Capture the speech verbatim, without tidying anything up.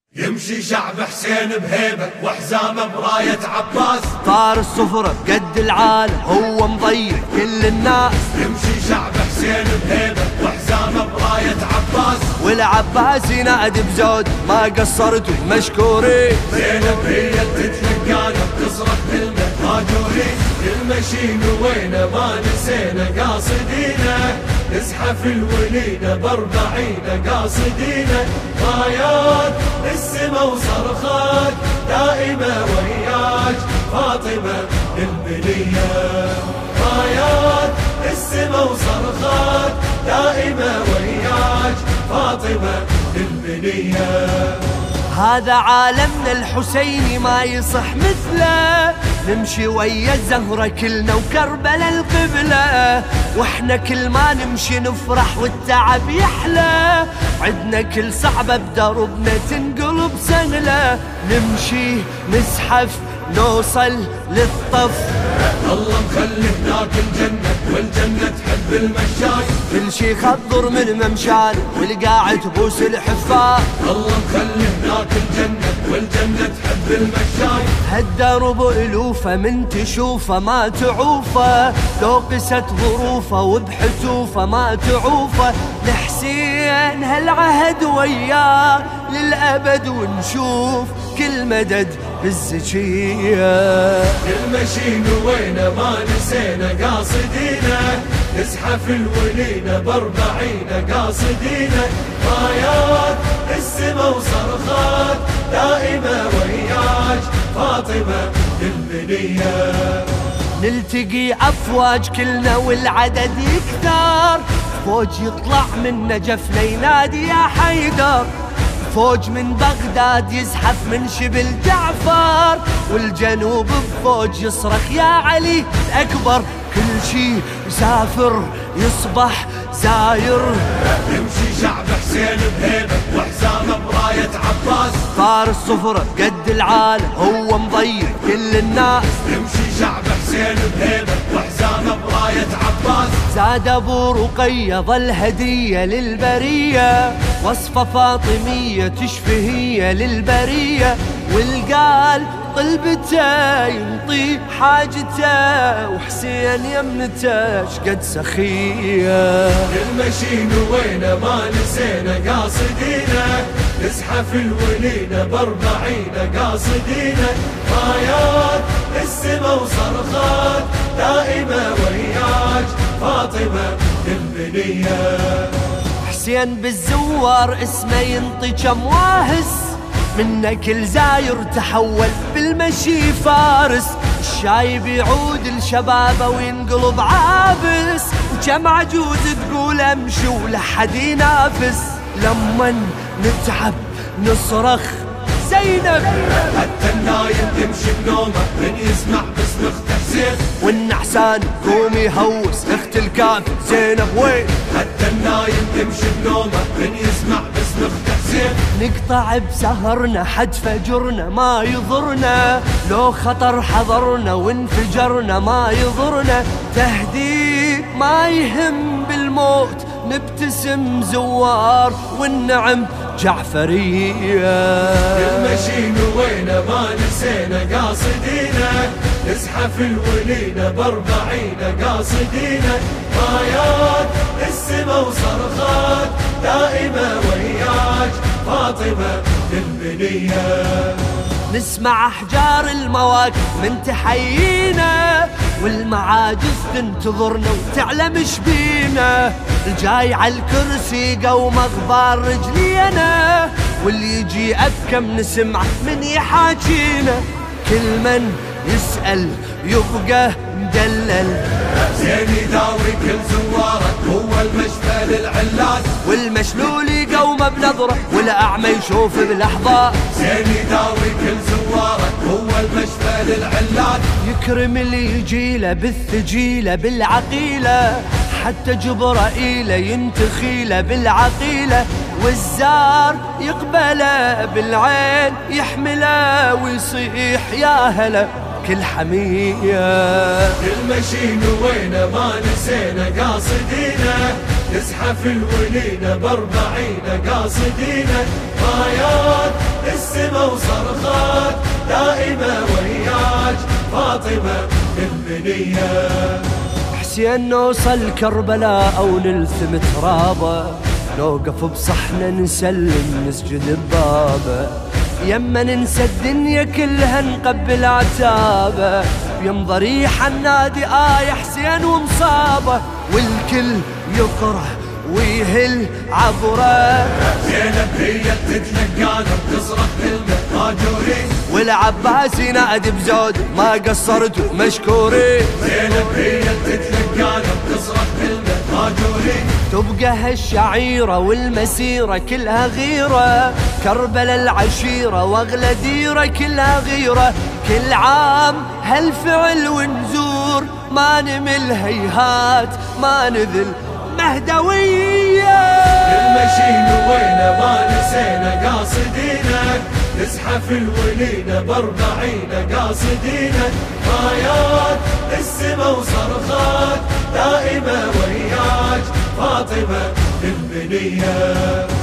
يمشي شعب حسين بهيبة وحزامه براية عباس، طار الصفرة بقد العالم هو مضيع كل الناس. يمشي شعب حسين بهيبة وحزامه براية عباس، والعباس ينادي بزود ما قصرتوا مشكورين. زينب هي اللي تتلقانا بتصرخ كلمة هاجورين. المشين وينه ما نسينا قاصدينه، نزحف الوليدة باربعينه قاصدينه. رايات السما وصرخات دائمة وياك فاطمة البنية. رايات السما وصرخات دائمة وياك فاطمة البنية. هذا عالمنا الحسيني ما يصح مثله، نمشي ويا الزهرة كلنا وكربلا القبلة، واحنا كل ما نمشي نفرح والتعب يحلى. عدنا كل صعبة بدربنا تنقلب سهلة، نمشي نزحف نوصل للطف. الله مخلي هناك الجنة والجنة تحب المشاي، كل شي خضر من ممشان والقاعد تبوس الحفاظ. الله مخلي هناك الجنة والجنة تحب المشاي. هالدرب ألوفة من تشوفه ما تعوفه، لو قست ظروفه وبحتوفه ما تعوفه. لحسين هالعهد وياه للأبد ونشوف كل مدد بالزكية. المشين وينه ما نسينا قاصدينه، نزحف الوليدة باربعينه قاصدينه. رايات السما وصرخات دائمة وياك فاطمة البنية. نلتقي أفواج كلنا والعدد يكثر، فوج يطلع من نجفنا ينادي يا حيدر. فوج من بغداد يزحف من شبل جعفر، والجنوب بفوج يصرخ يا علي الأكبر. كل شي يسافر يصبح زاير. يمشي شعب حسين بهيبة وحزامه براية عباس، طار الصفرة بقد العالم هو مضيع كل الناس. يمشي شعب حسين بهيبة وحزامه براية عباس. زاد ابو رقية ظل هدية للبرية، وصفة فاطمية تشفي هي للبرية. والقال طلبته ينطي حاجته، وحسين يمنته شقد سخية. المشين وينه ما نسينا قاصدينه، نزحف الوليدة باربعينه قاصدينه. رايات السما وصرخات دائمة وياك فاطمة البنية. حسين بالزوار اسمه ينطي كم واهس، منه كل زاير تحول بالمشي فارس. الشايب يعود لشبابه وينقلب عابس، وكم عجوز تقول امشي ولحد ينافس. لما نتعب نصرخ زينب، حتى النايم تمشي بنومه من يسمع باسم اخت حسين. والنحسان قوم يهوس اخت الكافر زينب وين. حتى النايم تمشي بنومه من يسمع باسم اخت حسين. نقطع بسهرنا حد فجرنا ما يضرنا، لو خطر حضرنا وانفجرنا ما يضرنا. تهديد ما يهم بالموت نبتسم زوار، والنعم جعفرية. المشين وينه ما نسينا قاصدينه، نزحف الوليدة باربعينه قاصدينه. رايات السما وصرخات دائمة وياك فاطمة البنية. نسمع أحجار المواقف من تحيينا، والمعاجز تنتظرنا وتعلم شبينا. الجاي على الكرسي قوم اغبار رجلينا، واللي يجي أبكم نسمع من يحاكينا. كل من يسأل يبقى مدلل، زين يداوي كل زوارك هو المشفى للعلات. والمشلول يقوم بنظره والأعمى يشوف بلحظة. زين يداوي كل زوارك هو المشفى للعلات. يكرم اللي يجيله بالثجيلة بالعقيلة، حتى جبرائيل ينتخيله بالعقيلة. والزار يقبله بالعين يحمله ويصيح يا هلا كل حمية. المشين وينه ما نسينا قاصدينه، نزحف الوليدة باربعينه قاصدينه. رايات السما وصرخات دائمة وياك فاطمة المنية. حسين نوصل كربلاء أو نلثم ترابه، نوقف بصحنه نسلم نسجد ببابه، يما ننسى الدنيا كلها نقبل عتابه، يم ضريح النادي آه حسين ومصابه، والكل يقرأ ويهل عبره. زينب هي تتلقانا بتصرخ للمهاجرين، والعباس ينادي بزود ما قصرتوا مشكورين. زينب هي تتلقانا بتصرخ للمهاجرين، تبقى هالشعيرة والمسيرة كلها غيرة، كربلا العشيرة واغلى ديرة كلها غيرة، كل عام هالفعل ونزور ما نمل هيهات ما نذل مهدوية. المشين وينه ما نسينا قاصدينك، نزحف الولينا باربعين قاصدينك، رايات السما وصرخات دائمة وياك فاطمة المنية.